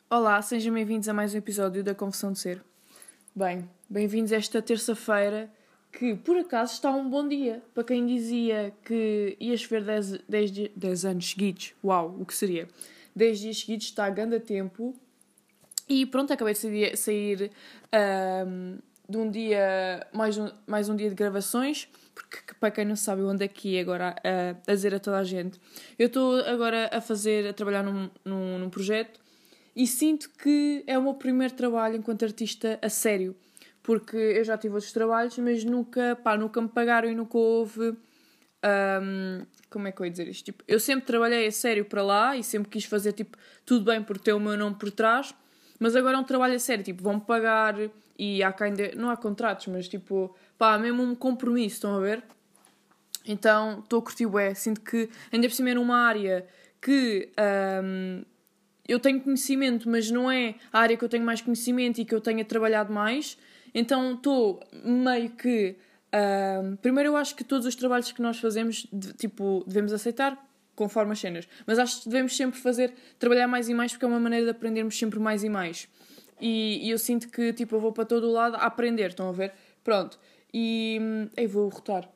Olá, sejam bem-vindos a mais um episódio da Confissão de Ser. Bem, bem-vindos a esta terça-feira, que por acaso está um bom dia. Para quem dizia que ia chover 10 anos seguidos, uau, o que seria? 10 dias seguidos está a grande tempo. E pronto, acabei de sair de um dia, mais um dia de gravações, porque para quem não sabe eu ando aqui agora a dizer a toda a gente. Eu estou agora a trabalhar num projeto e sinto que é o meu primeiro trabalho enquanto artista a sério, porque eu já tive outros trabalhos, mas nunca me pagaram e nunca houve... como é que eu ia dizer isto? Tipo, eu sempre trabalhei a sério para lá e sempre quis fazer tipo, tudo bem por ter o meu nome por trás, mas agora é um trabalho a sério, tipo, vão-me pagar e há não há contratos, mas tipo, mesmo um compromisso, estão a ver? Então, estou a curtir bué, sinto que ainda por cima é numa área que eu tenho conhecimento, mas não é a área que eu tenho mais conhecimento e que eu tenha trabalhado mais, então estou meio que... primeiro eu acho que todos os trabalhos que nós fazemos, devemos aceitar conforme as cenas, mas acho que devemos sempre trabalhar mais e mais, porque é uma maneira de aprendermos sempre mais e mais. E eu sinto que, tipo, eu vou para todo o lado a aprender, estão a ver? Pronto. E... Ei, vou rotar.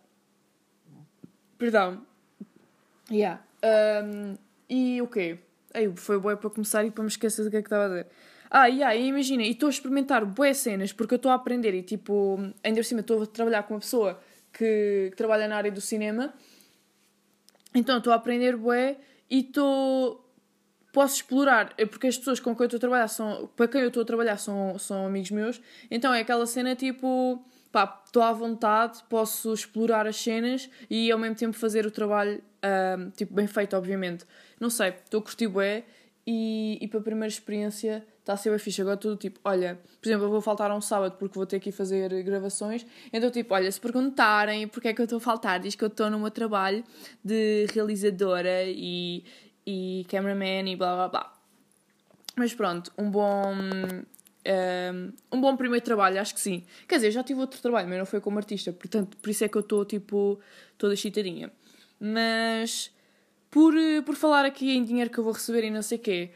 Perdão. Yeah. E o quê? Ei, foi bué para começar e para me esquecer do que é que estava a dizer. E imagina, e estou a experimentar bué cenas, porque eu estou a aprender e, tipo, ainda por cima estou a trabalhar com uma pessoa que trabalha na área do cinema. Então estou a aprender bué e posso explorar, porque as pessoas com quem eu estou a trabalhar para quem eu estou a trabalhar são amigos meus, então é aquela cena tipo, estou à vontade, posso explorar as cenas e ao mesmo tempo fazer o trabalho, tipo, bem feito, obviamente. Não sei, estou a curtir bué e para a primeira experiência está a ser bem fixe. Agora tudo tipo, olha, por exemplo, eu vou faltar a um sábado porque vou ter que ir fazer gravações, então tipo, olha, se perguntarem porque é que eu estou a faltar, diz que eu estou no meu trabalho de realizadora e cameraman e blá blá blá. Mas pronto, um bom primeiro trabalho, acho que sim. Quer dizer, já tive outro trabalho, mas não foi como artista, portanto, por isso é que eu estou tipo toda chitadinha. Mas por falar aqui em dinheiro que eu vou receber e não sei o quê,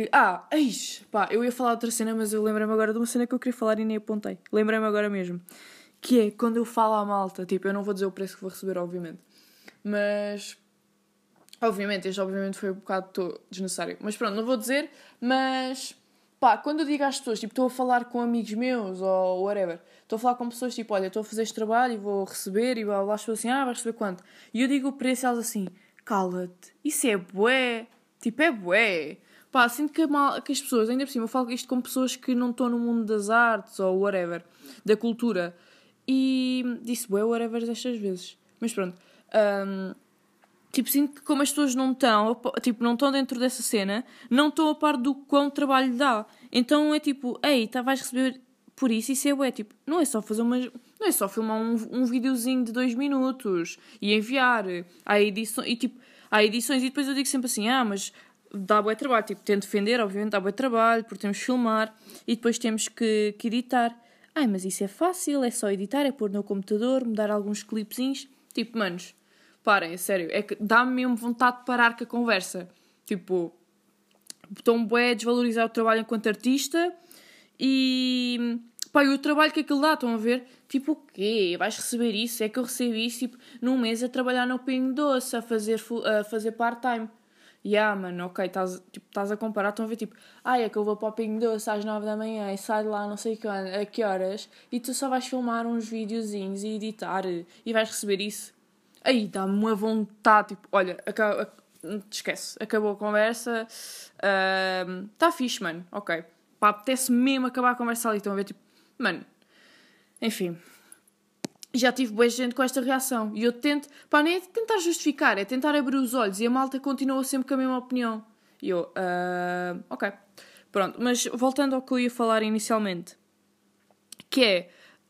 eu ia falar de outra cena, mas eu lembrei-me agora de uma cena que eu queria falar e nem apontei. Lembrei-me agora mesmo. Que é quando eu falo à malta, tipo, eu não vou dizer o preço que vou receber, obviamente. Mas... Obviamente foi um bocado desnecessário. Mas pronto, não vou dizer, mas... quando eu digo às pessoas, tipo, estou a falar com amigos meus ou whatever, estou a falar com pessoas, tipo, olha, estou a fazer este trabalho e vou receber e blá blá, as pessoas assim, vais receber quanto? E eu digo o preço e elas assim, cala-te, isso é bué, tipo, é bué. Sinto que as pessoas, ainda por cima, eu falo isto com pessoas que não estão no mundo das artes ou whatever, da cultura. E disse bué whatever destas vezes. Mas pronto, tipo, sinto que como as pessoas não estão dentro dessa cena, não estão a par do quão trabalho dá. Então é tipo, vais receber por isso é bué, tipo, não é só não é só filmar um videozinho de 2 minutos e enviar. Há edições e depois eu digo sempre assim, mas dá bué trabalho, tipo, tento defender, obviamente dá bué trabalho, porque temos que filmar e depois temos que editar. Mas isso é fácil, é só editar, é pôr no computador, mudar alguns clipezinhos. Tipo, manos, parem, é sério, é que dá-me mesmo vontade de parar com a conversa. Tipo, estão bué a desvalorizar o trabalho enquanto artista e o trabalho que aquilo dá, estão a ver? Tipo, o quê? Vais receber isso? É que eu recebo isso, tipo, num mês a trabalhar no Pingo Doce, a fazer part-time. Mano, ok, estás a comparar, estão a ver, tipo, é que eu vou para o Pingo Doce às 9 da manhã e saio de lá não sei a que horas e tu só vais filmar uns videozinhos e editar e vais receber isso. Aí dá-me uma vontade, tipo, olha, esquece, acabou a conversa, está fixe, mano, ok. Apetece mesmo acabar a conversa ali, estão a ver, tipo, mano, enfim, já tive boa gente com esta reação, e eu tento, não é tentar justificar, é tentar abrir os olhos, e a malta continua sempre com a mesma opinião, e eu, ok, pronto, mas voltando ao que eu ia falar inicialmente, que é,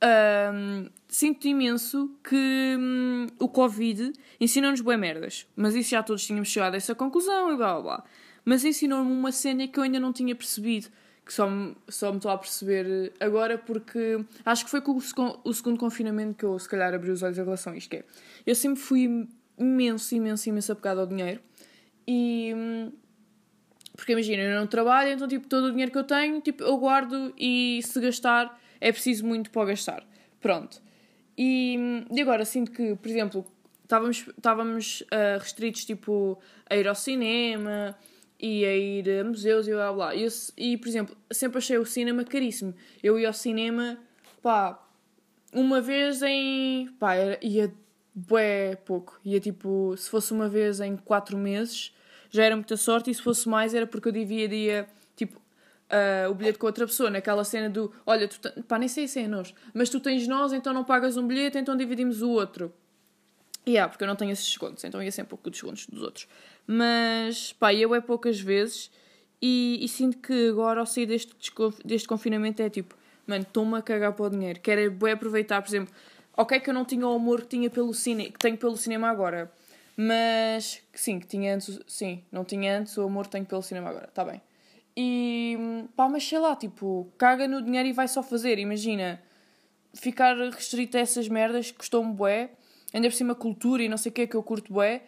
sinto imenso que o Covid ensinou-nos bué merdas. Mas isso já todos tínhamos chegado a essa conclusão e blá blá blá. Mas ensinou-me uma cena que eu ainda não tinha percebido. Que só me estou a perceber agora porque acho que foi com o segundo confinamento que eu se calhar abri os olhos em relação a isto. Que é, eu sempre fui imenso apegado ao dinheiro. E Porque imagina, eu não trabalho, então tipo, todo o dinheiro que eu tenho, tipo, eu guardo e se gastar, é preciso muito para gastar. Pronto. E agora sinto que, por exemplo, estávamos restritos tipo, a ir ao cinema e a ir a museus e blá blá. E, por exemplo, sempre achei o cinema caríssimo. Eu ia ao cinema, pá, uma vez em... pá, ia bué pouco. Ia tipo, se fosse uma vez em 4 meses, já era muita sorte, e se fosse mais era porque eu dividia, tipo, o bilhete com outra pessoa, naquela cena do, olha, pá, nem sei se é nós, mas tu tens nós, então não pagas um bilhete, então dividimos o outro. Porque eu não tenho esses descontos, então ia sempre pouco descontos dos outros. Mas, pá, eu é poucas vezes, e sinto que agora, ao sair deste confinamento, é tipo, mano, estou-me a cagar para o dinheiro, quero bem aproveitar, por exemplo, ok que eu não tinha o amor que tinha que tenho pelo cinema agora, mas, sim, que tinha antes, sim, não tinha antes o amor que tenho pelo cinema agora, está bem. E, pá, mas sei lá, tipo, caga no dinheiro e vai só fazer, imagina, ficar restrito a essas merdas que custou-me bué, ainda por cima cultura e não sei o que eu curto bué,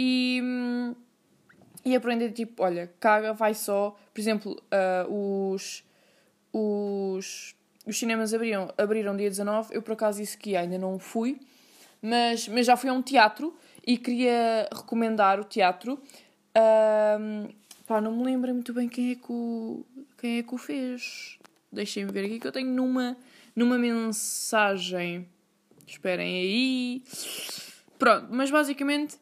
e aprender, tipo, olha, caga, vai só, por exemplo, os cinemas abriram dia 19, eu por acaso disse que ainda não fui, mas já fui a um teatro e queria recomendar o teatro. Pá, não me lembro muito bem quem é que o fez. Deixem-me ver aqui que eu tenho numa mensagem. Esperem aí. Pronto, mas basicamente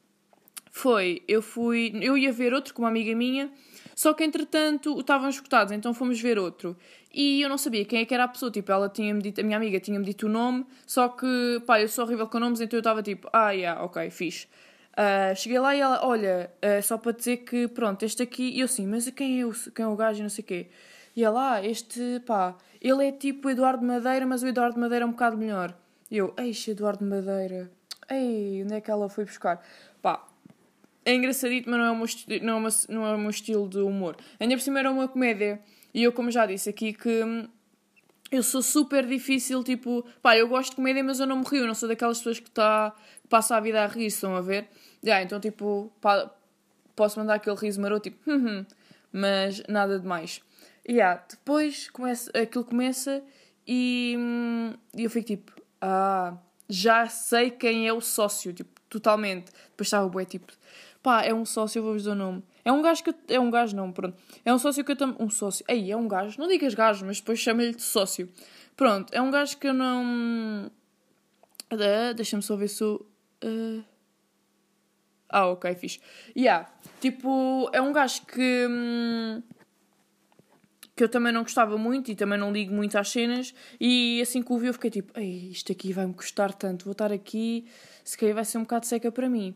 eu ia ver outro com uma amiga minha, só que entretanto estavam esgotados, então fomos ver outro. E eu não sabia quem é que era a pessoa, tipo, a minha amiga tinha-me dito o nome, só que, pá, eu sou horrível com nomes, então eu estava tipo, ok, fixe. Cheguei lá e ela, olha, só para dizer que, pronto, este aqui, e eu assim, mas quem é o gajo e não sei o quê? E ela, este, pá, ele é tipo Eduardo Madeira, mas o Eduardo Madeira é um bocado melhor. E eu, eixe, Eduardo Madeira, onde é que ela foi buscar? Pá, é engraçadito, mas não é o meu estilo de humor. Ainda por cima era uma comédia. E eu, como já disse aqui, que eu sou super difícil, tipo... Pá, eu gosto de comédia, mas eu não me rio. Eu não sou daquelas pessoas que passa a vida a rir, estão a ver? Então, tipo, pá, posso mandar aquele riso maroto, tipo... mas nada de mais. Depois aquilo começa e eu fico tipo... já sei quem é o sócio, tipo, totalmente. Depois estava o bué, tipo... Pá, é um sócio, eu vou-vos dar o nome. É um gajo é um gajo não, pronto. É um sócio que eu também... Um sócio. É um gajo. Não digas gajo, mas depois chama-lhe de sócio. Pronto, é um gajo que eu não... Deixa-me só ver se eu... ok, fixe. Tipo, é um gajo que eu também não gostava muito e também não ligo muito às cenas, e assim que o vi eu fiquei tipo, ei, isto aqui vai-me custar tanto, vou estar aqui, se calhar vai ser um bocado seca para mim.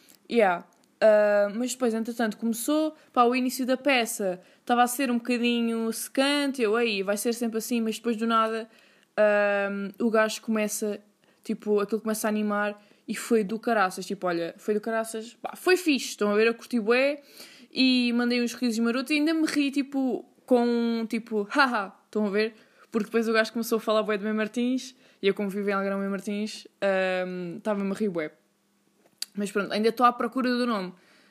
Mas depois, entretanto, começou, pá, o início da peça estava a ser um bocadinho secante, vai ser sempre assim, mas depois do nada o gajo começa, tipo, aquilo começa a animar e foi do caraças, tipo, olha, foi do caraças, pá, foi fixe, estão a ver, eu curti bué e mandei uns risos marotos e ainda me ri, tipo, com, tipo, haha, estão a ver? Porque depois o gajo começou a falar bué de Mãe Martins e eu, como vivo em Algarão Mãe Martins, estava-me a rir bué. Mas pronto, ainda estou à procura do nome.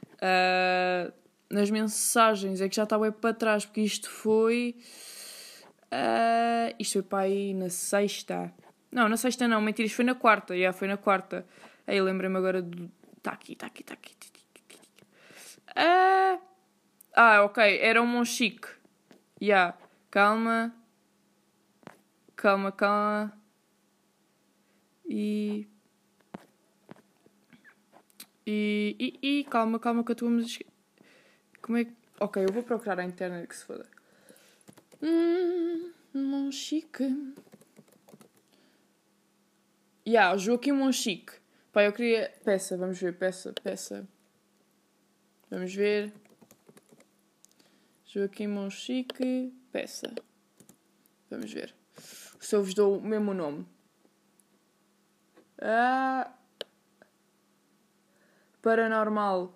Nas mensagens é que já está bué para trás, porque isto foi... isto foi para aí na sexta. Não, na sexta não, mentira, isto foi na quarta. Foi na quarta. Aí lembrei-me agora do... Está aqui. Ok, era um Monchique. Calma. E calma que eu estou a me... Como é que... Ok, eu vou procurar a internet que se foda. Monchique. Joaquim Monchique. Pá, eu queria... Peça, vamos ver. Peça. Vamos ver. Joaquim Monchique. Peça. Vamos ver. Se eu vos dou o mesmo nome. Paranormal.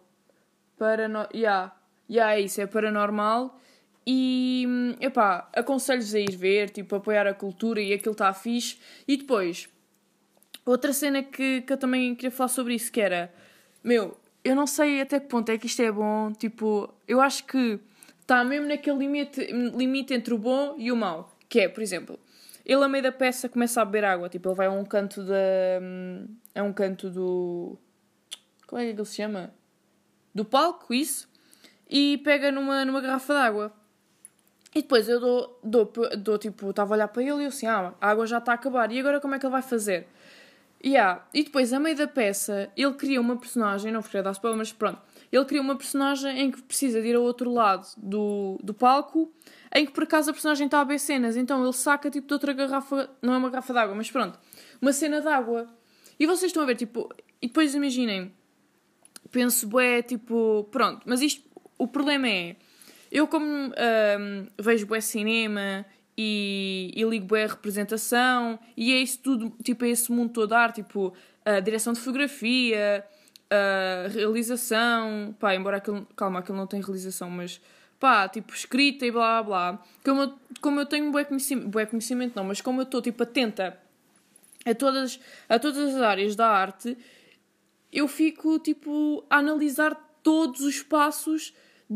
É isso, é paranormal. E, aconselho-vos a ir ver, tipo, apoiar a cultura e aquilo está fixe. E depois, outra cena que eu também queria falar sobre isso, que era... eu não sei até que ponto é que isto é bom, tipo, eu acho que está mesmo naquele limite entre o bom e o mau. Que é, por exemplo, ele a meio da peça começa a beber água. Tipo, ele vai a um canto a um canto do... Como é que ele se chama? Do palco, isso. E pega numa garrafa de água. E depois eu dou tipo, estava a olhar para ele e eu assim, a água já está a acabar. E agora como é que ele vai fazer? E depois, a meio da peça, ele cria uma personagem, não queria dar spoiler, mas pronto. Ele cria uma personagem em que precisa de ir ao outro lado do palco, em que por acaso a personagem está a beber cenas. Então ele saca tipo de outra garrafa, não é uma garrafa de água, mas pronto, uma cena de água. E vocês estão a ver, tipo, e depois imaginem, penso, tipo, pronto, mas isto, o problema é, eu como vejo bué cinema e ligo bué a representação e é isso tudo, tipo, é esse mundo todo de arte, tipo, a direção de fotografia, a realização, pá, embora aquilo não tem realização, mas pá, tipo, escrita e blá blá. Como eu tenho bué conhecimento não, mas como eu estou, tipo, atenta a todas as áreas da arte, eu fico, tipo, a analisar todos os passos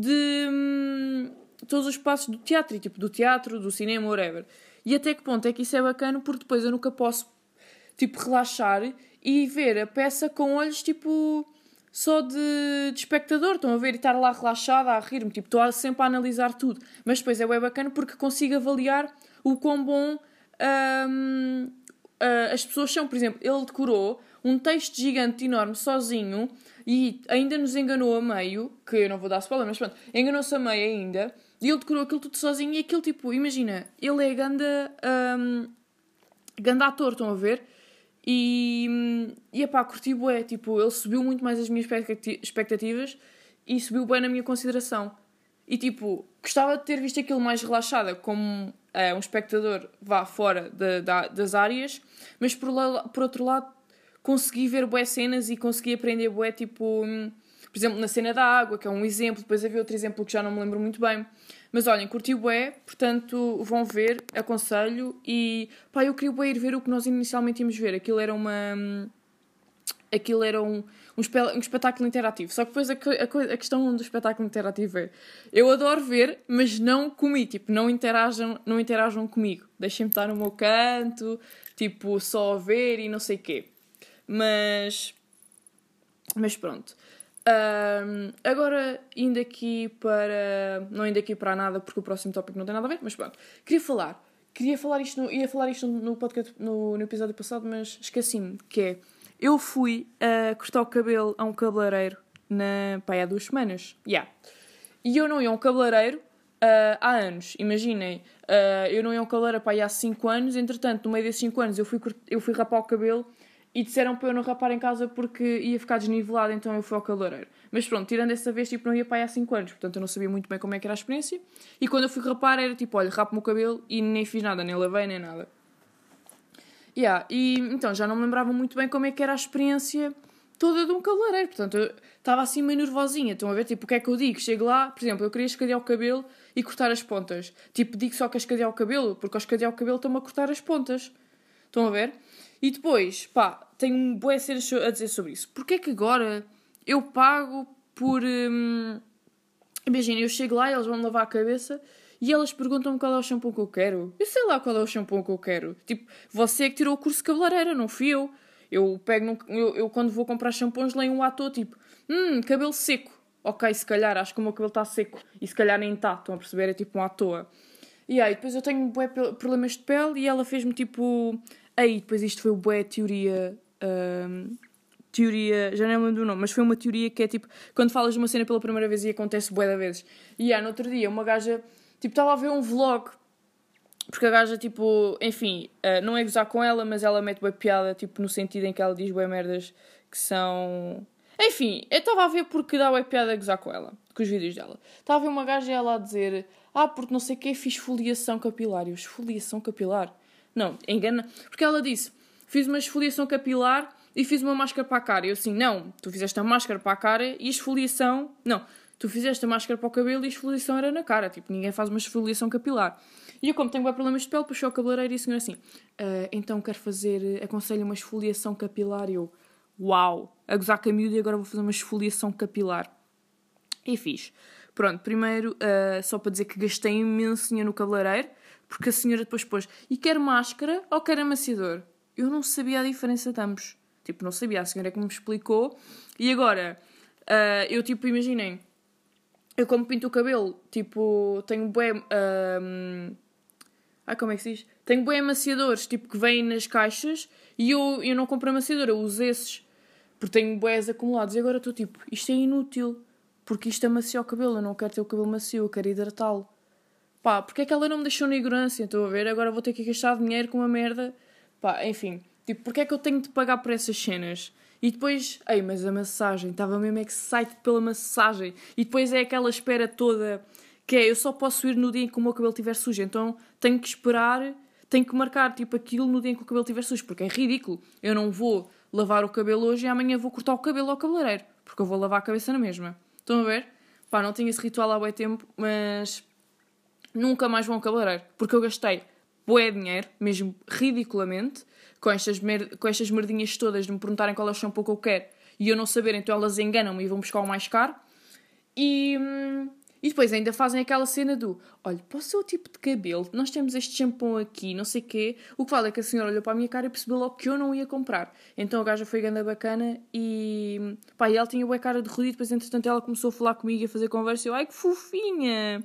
do teatro, tipo, do teatro, do cinema, whatever. E até que ponto é que isso é bacana, porque depois eu nunca posso, tipo, relaxar e ver a peça com olhos, tipo, só de espectador. Estão a ver e estar lá relaxada, a rir-me, tipo, estou sempre a analisar tudo. Mas depois é bem bacana porque consigo avaliar o quão bom as pessoas são. Por exemplo, ele decorou um texto gigante, enorme, sozinho, e ainda nos enganou a meio, que eu não vou dar spoiler, mas pronto, enganou-se a meio ainda, e ele decorou aquilo tudo sozinho, e aquilo, tipo, imagina, ele é ganda ator, estão a ver? E epá, curti bué, tipo, ele subiu muito mais as minhas expectativas, e subiu bué na minha consideração. E, tipo, gostava de ter visto aquilo mais relaxada, como um espectador vá fora das áreas, mas por outro lado, consegui ver bué cenas e consegui aprender bué, tipo, por exemplo, na cena da água, que é um exemplo, depois havia outro exemplo que já não me lembro muito bem. Mas olhem, curti bué, portanto, vão ver, aconselho, e pá, eu queria bué ir ver o que nós inicialmente íamos ver. Aquilo era um espetáculo interativo. Só que depois a questão do espetáculo interativo é, eu adoro ver, mas não comigo, tipo, não interajam comigo. Deixem-me estar no meu canto, tipo, só a ver e não sei o quê. Mas pronto. Agora, indo aqui para... Não indo aqui para nada, porque o próximo tópico não tem nada a ver, mas pronto. Ia falar isto no podcast, no episódio passado, mas esqueci-me, que é... Eu fui cortar o cabelo a um cabeleireiro há 2 semanas. E eu não ia a um cabeleireiro há anos, imaginem. Eu não ia a um cabeleireiro há 5 anos, entretanto, no meio desses 5 anos eu fui rapar o cabelo e disseram para eu não rapar em casa porque ia ficar desnivelado, então eu fui ao cabeleireiro. Mas pronto, tirando essa vez, tipo, não ia para aí há 5 anos, portanto eu não sabia muito bem como é que era a experiência. E quando eu fui rapar era tipo, olha, rapo-me o cabelo e nem fiz nada, nem lavei, nem nada. E então já não me lembrava muito bem como é que era a experiência toda de um cabeleireiro. Portanto, eu estava assim meio nervosinha. Estão a ver, tipo, o que é que eu digo? Chego lá, por exemplo, eu queria escadear o cabelo e cortar as pontas. Tipo, digo só que é escadear o cabelo, porque ao escadear o cabelo estão-me a cortar as pontas. Estão a ver? E depois, pá, tenho um bué cenas a dizer sobre isso. Porquê é que agora eu pago por... Imagina, eu chego lá e eles vão-me lavar a cabeça e elas perguntam-me qual é o shampoo que eu quero. Eu sei lá qual é o shampoo que eu quero. Tipo, você é que tirou o curso de cabeleireira, não fui eu. Eu quando vou comprar shampoos leio um ator, tipo, cabelo seco. Ok, se calhar, acho que o meu cabelo está seco. E se calhar nem está, estão a perceber? É tipo um à toa. E aí, depois eu tenho bué problemas de pele e ela fez-me tipo... Aí, depois isto foi bué teoria... teoria, já não me lembro do nome, mas foi uma teoria que é tipo, quando falas de uma cena pela primeira vez e acontece bué da vezes. E no outro dia, uma gaja, tipo, estava a ver um vlog, porque a gaja, tipo, enfim, não é gozar com ela, mas ela mete bué piada, tipo, no sentido em que ela diz bué merdas que são... Enfim, eu estava a ver porque dá bué piada a gozar com ela, com os vídeos dela. Estava a ver uma gaja e ela a dizer, porque não sei o quê, fiz esfoliação capilar. Eu, esfoliação capilar? Não, engana, porque ela disse, fiz uma esfoliação capilar e fiz uma máscara para a cara. E eu assim, não, tu fizeste a máscara para a cara e a esfoliação... Não, tu fizeste a máscara para o cabelo e a esfoliação era na cara. Tipo, ninguém faz uma esfoliação capilar. E eu, como tenho bem problemas de pele, puxei ao cabeleireiro e a senhora assim, então quero fazer, aconselho uma esfoliação capilar. E eu, uau, a gozar com a miúda e agora vou fazer uma esfoliação capilar. E fiz. Pronto, primeiro, só para dizer que gastei imenso dinheiro no cabeleireiro, porque a senhora depois pôs, e quer máscara ou quer amaciador? Eu não sabia a diferença de ambos. Tipo, não sabia, a senhora é que me explicou. E agora, eu tipo, imaginei, eu como pinto o cabelo, tipo, tenho bué... como é que se diz? Tenho bué amaciadores, tipo, que vêm nas caixas, e eu não compro amaciador, eu uso esses, porque tenho bués acumulados. E agora estou tipo, isto é inútil, porque isto amacia o cabelo, eu não quero ter o cabelo macio, eu quero hidratá-lo. Pá, porque é que ela não me deixou na ignorância? Estou a ver, agora vou ter que gastar dinheiro com uma merda. Pá, enfim. Tipo, porque é que eu tenho de pagar por essas cenas? E depois, mas a massagem, estava mesmo excited pela massagem. E depois é aquela espera toda, que é, eu só posso ir no dia em que o meu cabelo estiver sujo. Então tenho que esperar, tenho que marcar tipo aquilo no dia em que o cabelo estiver sujo. Porque é ridículo. Eu não vou lavar o cabelo hoje e amanhã vou cortar o cabelo ao cabeleireiro. Porque eu vou lavar a cabeça na mesma. Estão a ver? Pá, não tinha esse ritual há bué tempo, mas... nunca mais vou ao cabeleireiro, porque eu gastei bué dinheiro, mesmo ridiculamente, com estas merdinhas todas de me perguntarem qual é o shampoo que eu quero e eu não saber, então elas enganam-me e vão buscar o mais caro. E depois ainda fazem aquela cena do, olha, para o seu tipo de cabelo, nós temos este shampoo aqui, não sei o quê. O que vale é que a senhora olhou para a minha cara e percebeu logo que eu não ia comprar. Então a gaja foi ganda bacana e... pá, e ela tinha bué cara de ruído, depois entretanto ela começou a falar comigo e a fazer conversa e eu, ai que fofinha!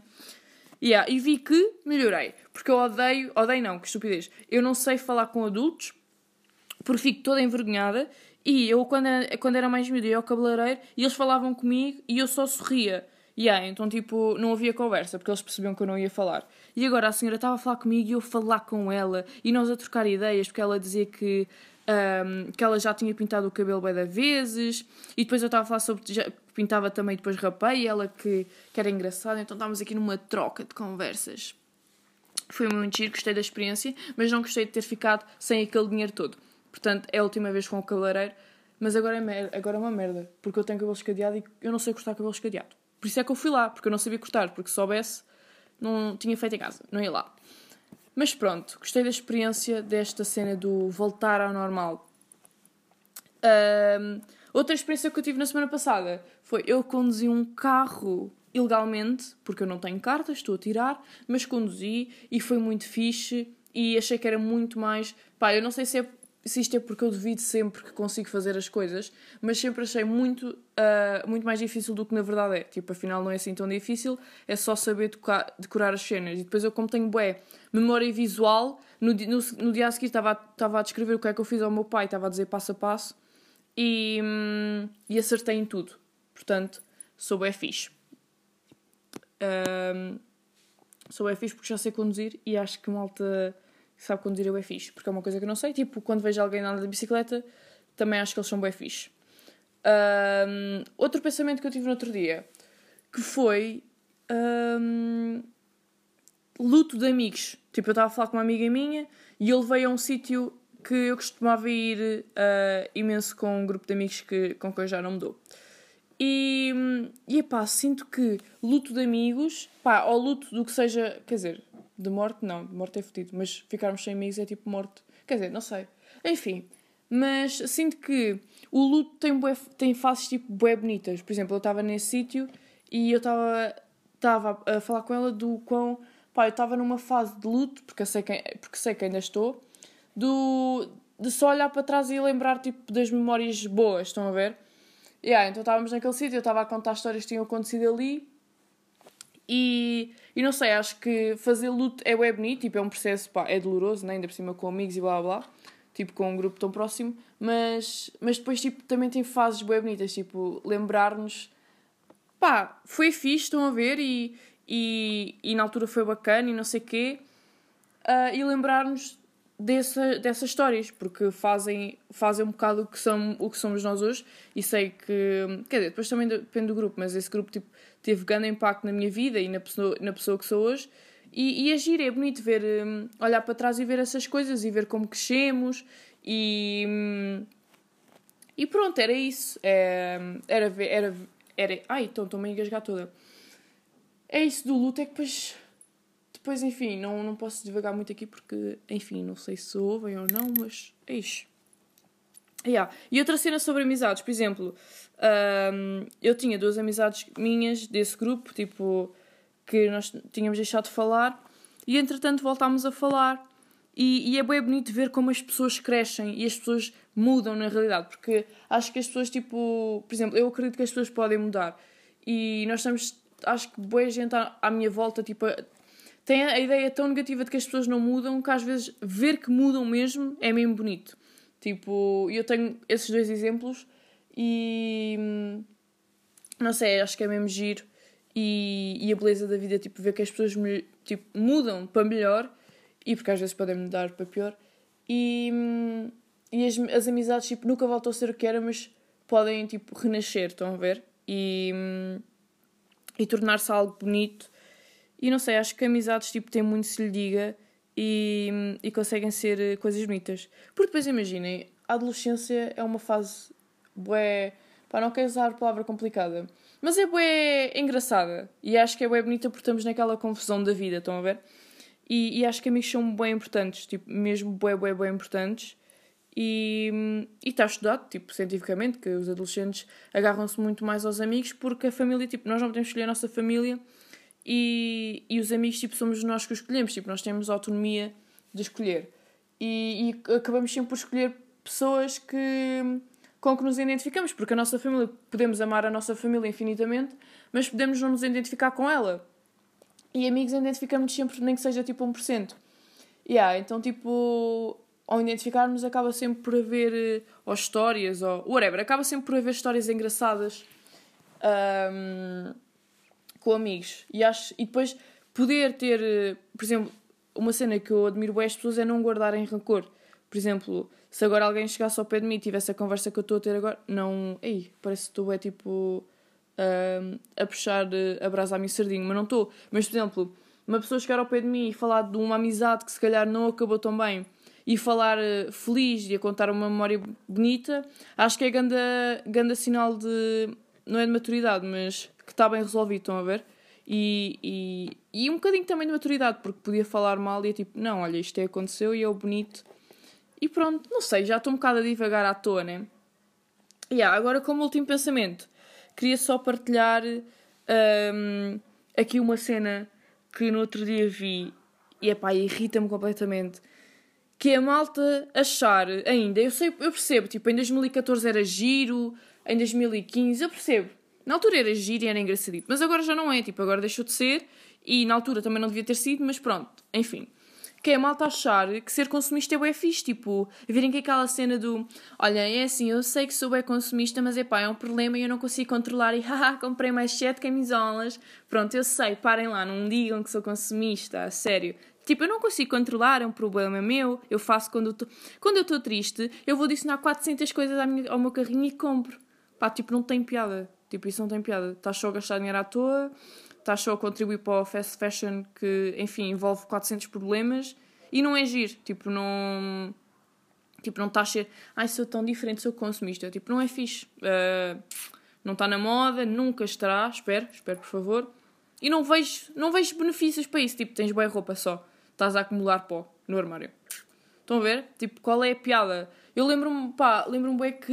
E vi que melhorei. Porque eu odeio não, que estupidez. Eu não sei falar com adultos, porque fico toda envergonhada. E eu, quando era mais miúda, ia ao cabeleireiro e eles falavam comigo e eu só sorria. Então, tipo, não havia conversa, porque eles percebiam que eu não ia falar. E agora a senhora estava a falar comigo e eu falar com ela e nós a trocar ideias, porque ela dizia que ela já tinha pintado o cabelo bem de vezes, e depois eu estava a falar sobre já pintava também, depois rapei, e ela que era engraçada, então estávamos aqui numa troca de conversas. Foi muito giro, gostei da experiência, mas não gostei de ter ficado sem aquele dinheiro todo. Portanto, é a última vez com o cabeleireiro, mas agora é uma merda, porque eu tenho cabelo escadeado e eu não sei cortar cabelo escadeado. Por isso é que eu fui lá, porque eu não sabia cortar, porque se soubesse, não tinha feito em casa, não ia lá. Mas pronto, gostei da experiência desta cena do voltar ao normal. Outra experiência que eu tive na semana passada foi eu conduzi um carro ilegalmente, porque eu não tenho carta, estou a tirar, mas conduzi e foi muito fixe e achei que era muito mais... Pá, eu não sei se isto é porque eu duvido sempre que consigo fazer as coisas, mas sempre achei muito mais difícil do que na verdade é. Tipo, afinal não é assim tão difícil, é só saber decorar as cenas. E depois eu, como tenho memória visual, no dia a seguir estava a descrever o que é que eu fiz ao meu pai, estava a dizer passo a passo, e acertei em tudo. Portanto, sou bué fixe. Sou bué fixe porque já sei conduzir e acho que malta que sabe conduzir é bué fixe, porque é uma coisa que eu não sei. Tipo, quando vejo alguém andar de bicicleta, também acho que eles são bué fixe. Outro pensamento que eu tive no outro dia, que foi luto de amigos. Tipo, eu estava a falar com uma amiga minha e eu levei a um sítio que eu costumava ir imenso com um grupo de amigos com quem eu já não me dou. E sinto que luto de amigos, ou luto do que seja, quer dizer, de morte não, de morte é fodido, mas ficarmos sem amigos é tipo morte, quer dizer, não sei. Enfim, mas sinto que o luto tem faces tipo bué bonitas. Por exemplo, eu estava nesse sítio e eu estava a falar com ela do quão, eu estava numa fase de luto, porque sei que ainda estou, de só olhar para trás e lembrar tipo das memórias boas, estão a ver? Então estávamos naquele sítio, eu estava a contar histórias que tinham acontecido ali e não sei, acho que fazer luto é bué bonito, tipo, é um processo, é doloroso, né? Ainda por cima com amigos e blá blá, tipo, com um grupo tão próximo, mas depois, tipo, também tem fases bué bonitas, tipo, lembrar-nos, foi fixe, estão a ver, e na altura foi bacana e não sei o quê, e lembrar-nos dessas histórias, porque fazem um bocado o que somos nós hoje, e sei que, quer dizer, depois também depende do grupo, mas esse grupo tipo, teve grande impacto na minha vida e na pessoa que sou hoje, e é giro, é bonito ver, olhar para trás e ver essas coisas, e ver como crescemos, e pronto, era isso, estou-me a engasgar toda. É isso do luto, é que depois, enfim, não posso divagar muito aqui porque, enfim, não sei se ouvem ou não, mas é isso. Yeah. E outra cena sobre amizades, por exemplo, eu tinha 2 amizades minhas desse grupo, tipo, que nós tínhamos deixado de falar, e entretanto voltámos a falar. E é bem bonito ver como as pessoas crescem e as pessoas mudam na realidade, porque acho que as pessoas, tipo, por exemplo, eu acredito que as pessoas podem mudar, e nós estamos, acho que boa gente à minha volta, tipo, tem a ideia tão negativa de que as pessoas não mudam, que às vezes ver que mudam mesmo é mesmo bonito. Tipo, eu tenho esses 2 exemplos e não sei, acho que é mesmo giro, e a beleza da vida, tipo, ver que as pessoas tipo, mudam para melhor, e porque às vezes podem mudar para pior, e as amizades, tipo, nunca voltam a ser o que era, mas podem, tipo, renascer, estão a ver? E tornar-se algo bonito. E não sei, acho que amizades, tipo, têm muito se lhe diga, e conseguem ser coisas bonitas. Porque depois imaginem, a adolescência é uma fase bué, pá, não quero usar a palavra complicada, mas é bué engraçada, e acho que é bué bonita porque estamos naquela confusão da vida, estão a ver? E acho que amigos são bem importantes, tipo, mesmo bué importantes, e está estudado, tipo, cientificamente, que os adolescentes agarram-se muito mais aos amigos, porque a família, tipo, nós não podemos escolher a nossa família, e os amigos, tipo, somos nós que os escolhemos, tipo, nós temos autonomia de escolher. E acabamos sempre por escolher pessoas com que nos identificamos, porque a nossa família, podemos amar a nossa família infinitamente, mas podemos não nos identificar com ela. E amigos identificamos sempre, nem que seja tipo 1%. Então, tipo, ao identificarmos acaba sempre por haver, ou histórias, ou whatever, acaba sempre por haver histórias engraçadas com amigos. E depois poder ter, por exemplo, uma cena que eu admiro bem as pessoas é não guardarem rancor. Por exemplo, se agora alguém chegasse ao pé de mim e tivesse a conversa que eu estou a ter agora, não... Ei, parece que estou tipo a puxar a brasa à minha sardinha, mas não estou. Mas, por exemplo, uma pessoa chegar ao pé de mim e falar de uma amizade que se calhar não acabou tão bem, e falar feliz e a contar uma memória bonita, acho que é ganda sinal de... Não é de maturidade, mas que está bem resolvido, estão a ver? E um bocadinho também de maturidade, porque podia falar mal e é tipo, não, olha, isto aconteceu e é o bonito. E pronto, não sei, já estou um bocado a divagar à toa, né? Agora, como último pensamento, queria só partilhar aqui uma cena que no outro dia vi, e epá, irrita-me completamente, que é a malta achar ainda, eu percebo, tipo, em 2014 era giro, em 2015, eu percebo. Na altura era giro e era engraçadito, mas agora já não é, tipo, agora deixou de ser, e na altura também não devia ter sido, mas pronto, enfim. Que é a malta achar que ser consumista é bué fixe, tipo, virem que aquela cena do, olha, é assim, eu sei que sou bué consumista, mas epá, é um problema e eu não consigo controlar, e haha, comprei mais 7 camisolas, pronto, eu sei, parem lá, não digam que sou consumista, a sério. Tipo, eu não consigo controlar, é um problema meu, eu faço quando eu estou triste, eu vou adicionar 400 coisas ao meu carrinho e compro. Pá, tipo, não tem piada, tipo, isso não tem piada, estás só a gastar dinheiro à toa, estás só a contribuir para o fast fashion que, enfim, envolve 400 problemas e não é giro, tipo, não estás a ser, ai, sou tão diferente, sou consumista, tipo, não é fixe, não está na moda, nunca estará, espero por favor, e não vejo benefícios para isso, tipo, tens boa roupa só, estás a acumular pó no armário. Estão a ver? Tipo, qual é a piada? Eu lembro-me bem que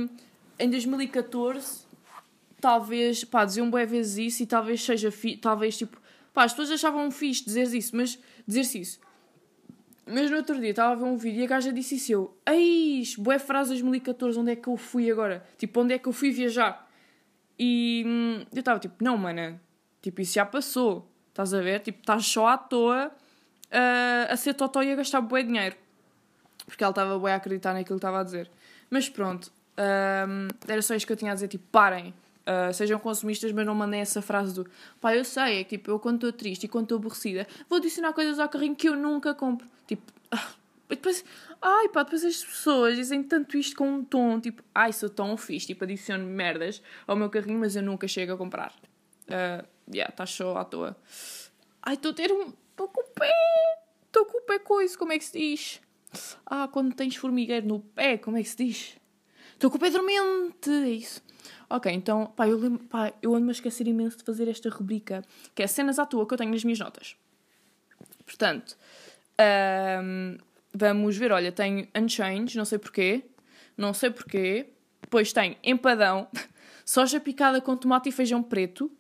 em 2014 talvez, diziam bué vezes isso e talvez seja talvez, tipo, as pessoas achavam fixe dizer-se isso. Mas no outro dia estava a ver um vídeo e a gaja disse isso eis, bué frase 2014, onde é que eu fui agora? Tipo, onde é que eu fui viajar? E eu estava tipo, não, mana, tipo, isso já passou, estás a ver? Tipo, estás só à toa a ser totó e a gastar bué dinheiro. Porque ela estava bué a acreditar naquilo que estava a dizer. Mas pronto, era só isto que eu tinha a dizer, tipo, parem. Sejam consumistas, mas não mandem essa frase do pá, eu sei, é que tipo, eu quando estou triste e quando estou aborrecida vou adicionar coisas ao carrinho que eu nunca compro. Tipo, depois as pessoas dizem tanto isto com um tom, tipo, ai, sou tão fixe, tipo, adiciono merdas ao meu carrinho, mas eu nunca chego a comprar. Estás só à toa. Ai, estou com o pé coisa, como é que se diz? Quando tens formigueiro no pé, como é que se diz? Estou com o pé dormente, é isso. Ok, então, eu ando-me a esquecer imenso de fazer esta rubrica, que é cenas à toa que eu tenho nas minhas notas. Portanto, vamos ver, olha, tenho Unchanged, não sei porquê, não sei porquê. Depois tem empadão, soja picada com tomate e feijão preto.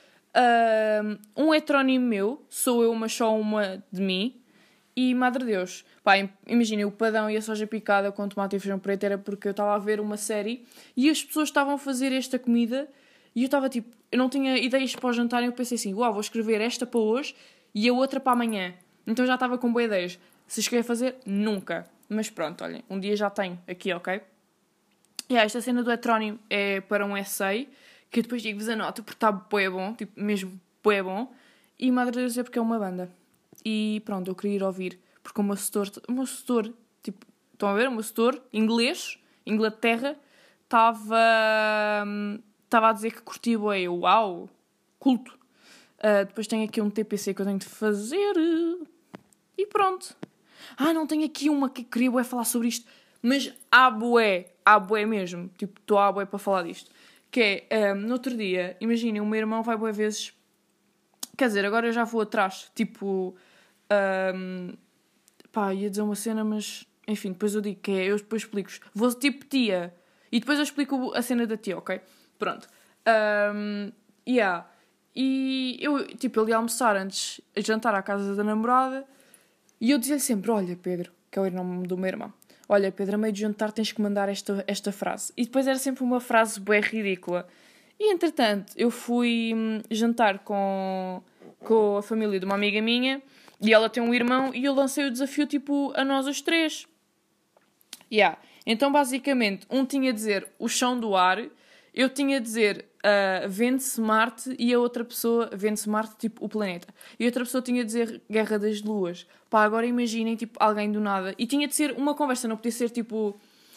Um heterónimo meu, sou eu, mas só uma de mim. E Madre Deus. Pá, imaginem, o padão e a soja picada com tomate e feijão preto era porque eu estava a ver uma série e as pessoas estavam a fazer esta comida e eu estava tipo, eu não tinha ideias para o jantar e eu pensei assim, uau, vou escrever esta para hoje e a outra para amanhã. Então já estava com boas ideias. Se cheguei a fazer, nunca. Mas pronto, olhem, um dia já tenho aqui, ok? E esta cena do heterónimo é para um essay que eu depois digo-vos a nota porque está bué bom, tipo, mesmo bué bom. E Madre Deus é porque é uma banda. E pronto, eu queria ir ouvir. Porque o meu setor, tipo, estão a ver? O meu setor, inglês, Inglaterra, estava a dizer que curtia bué. Uau, culto. Depois tenho aqui um TPC que eu tenho de fazer. E pronto. Não tenho aqui uma que queria bué falar sobre isto. Mas há bué mesmo. Tipo, estou a bué para falar disto. Que é, no outro dia, imaginem, o meu irmão vai bué vezes... Quer dizer, agora eu já vou atrás. Tipo... ia dizer uma cena, mas... Enfim, depois eu digo que é... Eu depois explico-vos. Vou tipo tia. E depois eu explico a cena da tia, ok? Pronto. E eu, tipo, ele ia almoçar antes de jantar à casa da namorada. E eu dizia-lhe sempre, olha, Pedro, que é o nome do meu irmão. Olha, Pedro, a meio de jantar tens que mandar esta frase. E depois era sempre uma frase bem ridícula. E, entretanto, eu fui jantar com a família de uma amiga minha e ela tem um irmão e eu lancei o desafio, tipo, a nós os três. Então, basicamente, um tinha a dizer o chão do ar, eu tinha a dizer vende-se Marte e a outra pessoa, vende-se Marte, tipo, o planeta. E a outra pessoa tinha a dizer Guerra das Luas. Pá, agora imaginem, tipo, alguém do nada. E tinha de ser uma conversa, não podia ser, tipo...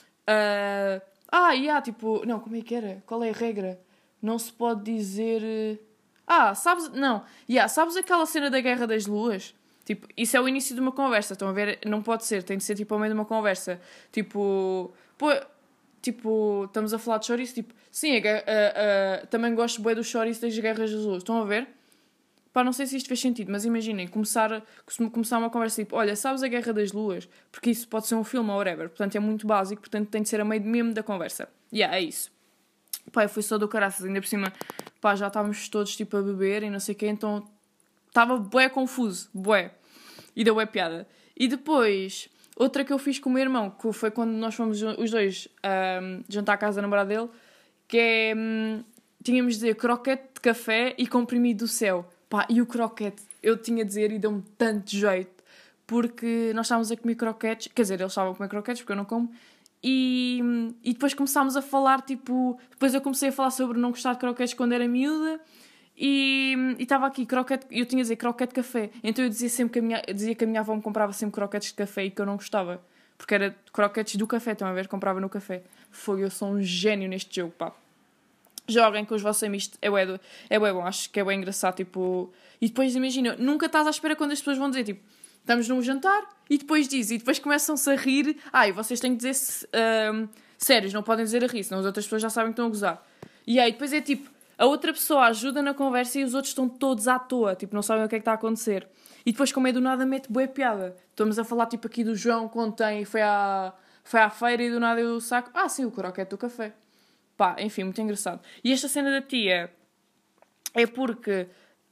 tipo... Não, como é que era? Qual é a regra? Não se pode dizer... sabes... Não. Sabes aquela cena da Guerra das Luas? Tipo, isso é o início de uma conversa. Estão a ver? Não pode ser. Tem de ser, tipo, ao meio de uma conversa. Tipo... Tipo, estamos a falar de chouriço, tipo, sim, também gosto bué do chouriço das Guerras das Luas. Estão a ver? Pá, não sei se isto fez sentido, mas imaginem, começar uma conversa tipo, olha, sabes a Guerra das Luas? Porque isso pode ser um filme ou whatever, portanto é muito básico, portanto tem de ser a meio mesmo da conversa. É isso. Pá, foi só do caraças, ainda por cima, pá, já estávamos todos tipo a beber e não sei o quê, então estava bué confuso, bué. E deu bué piada. E depois... Outra que eu fiz com o meu irmão, que foi quando nós fomos os dois jantar à casa da namorada dele, que é... tínhamos de dizer croquete de café e comprimido do céu. Pá, e o croquete, eu tinha de dizer e deu-me tanto jeito, porque nós estávamos a comer croquetes, quer dizer, eles estavam a comer croquetes, porque eu não como, e depois começámos a falar, tipo... Depois eu comecei a falar sobre não gostar de croquetes quando era miúda, e estava aqui, croquete, eu tinha a dizer croquete de café, então eu dizia sempre que a minha avó me comprava sempre croquetes de café e que eu não gostava, porque era croquetes do café, estão a ver, comprava no café. Eu sou um gênio neste jogo, pá. Joguem com os vossos amigos, é bué bom, acho que é bem engraçado, tipo... E depois, imagina, nunca estás à espera quando as pessoas vão dizer, tipo, estamos num jantar, e depois começam-se a rir, e vocês têm que dizer sérios, não podem dizer a rir, senão as outras pessoas já sabem que estão a gozar. E aí, depois é tipo... A outra pessoa ajuda na conversa e os outros estão todos à toa. Tipo, não sabem o que é que está a acontecer. E depois, como é do nada, mete bué piada. Estamos a falar, tipo, aqui do João, quando foi à feira e do nada eu saco... sim, o croquete do café. Pá, enfim, muito engraçado. E esta cena da tia é porque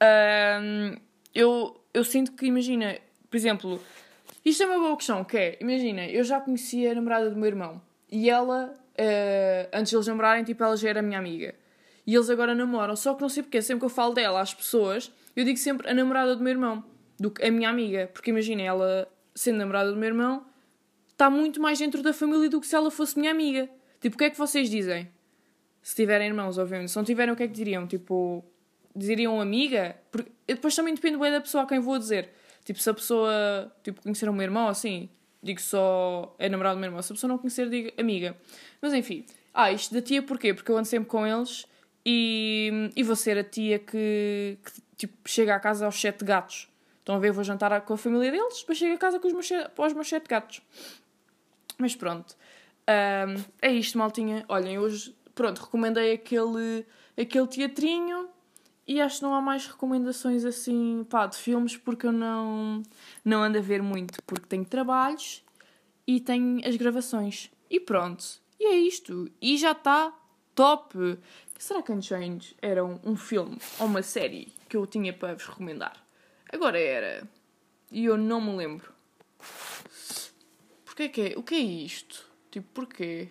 eu sinto que, imagina... Por exemplo, isto é uma boa questão, que é... Imagina, eu já conhecia a namorada do meu irmão. E ela, antes de eles namorarem, tipo, ela já era minha amiga. E eles agora namoram. Só que não sei porque, sempre que eu falo dela às pessoas, eu digo sempre a namorada do meu irmão, do que a minha amiga. Porque imagina, ela, sendo namorada do meu irmão, está muito mais dentro da família do que se ela fosse minha amiga. Tipo, o que é que vocês dizem? Se tiverem irmãos, obviamente. Se não tiverem, o que é que diriam? Tipo, diriam amiga? Porque depois também depende bem da pessoa a quem vou dizer. Tipo, se a pessoa, tipo, conhecer o meu irmão, assim, digo só é namorado do meu irmão. Se a pessoa não conhecer, digo amiga. Mas enfim. Isto da tia porquê? Porque eu ando sempre com eles... E vou ser a tia que tipo, chega à casa aos 7 gatos. Estão a ver? Vou jantar com a família deles, depois chego a casa com os meus 7 gatos. Mas pronto. É isto, maltinha. Olhem, hoje, pronto, recomendei aquele teatrinho e acho que não há mais recomendações assim, pá, de filmes, porque eu não ando a ver muito, porque tenho trabalhos e tenho as gravações. E pronto. E é isto. E já está top. Será que Unchained era um filme ou uma série que eu tinha para vos recomendar? Agora era. E eu não me lembro. Porquê que é? O que é isto? Tipo, porquê?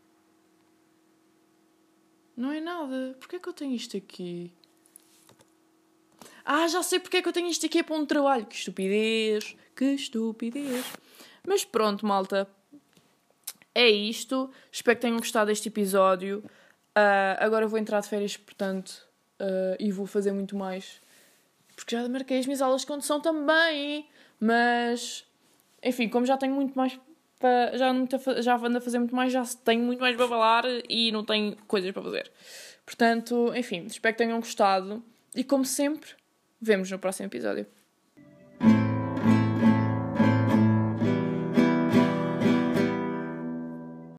Não é nada. Porquê que eu tenho isto aqui? Ah, já sei porque é que eu tenho isto aqui. É para um trabalho. Que estupidez. Que estupidez. Mas pronto, malta. É isto. Espero que tenham gostado deste episódio. Agora vou entrar de férias, portanto. E vou fazer muito mais. Porque já marquei as minhas aulas de condução também. Mas... Enfim, como já tenho muito mais... Já ando a fazer muito mais. Já tenho muito mais para falar. E não tenho coisas para fazer. Portanto, enfim. Espero que tenham gostado. E como sempre... Vemo-nos no próximo episódio.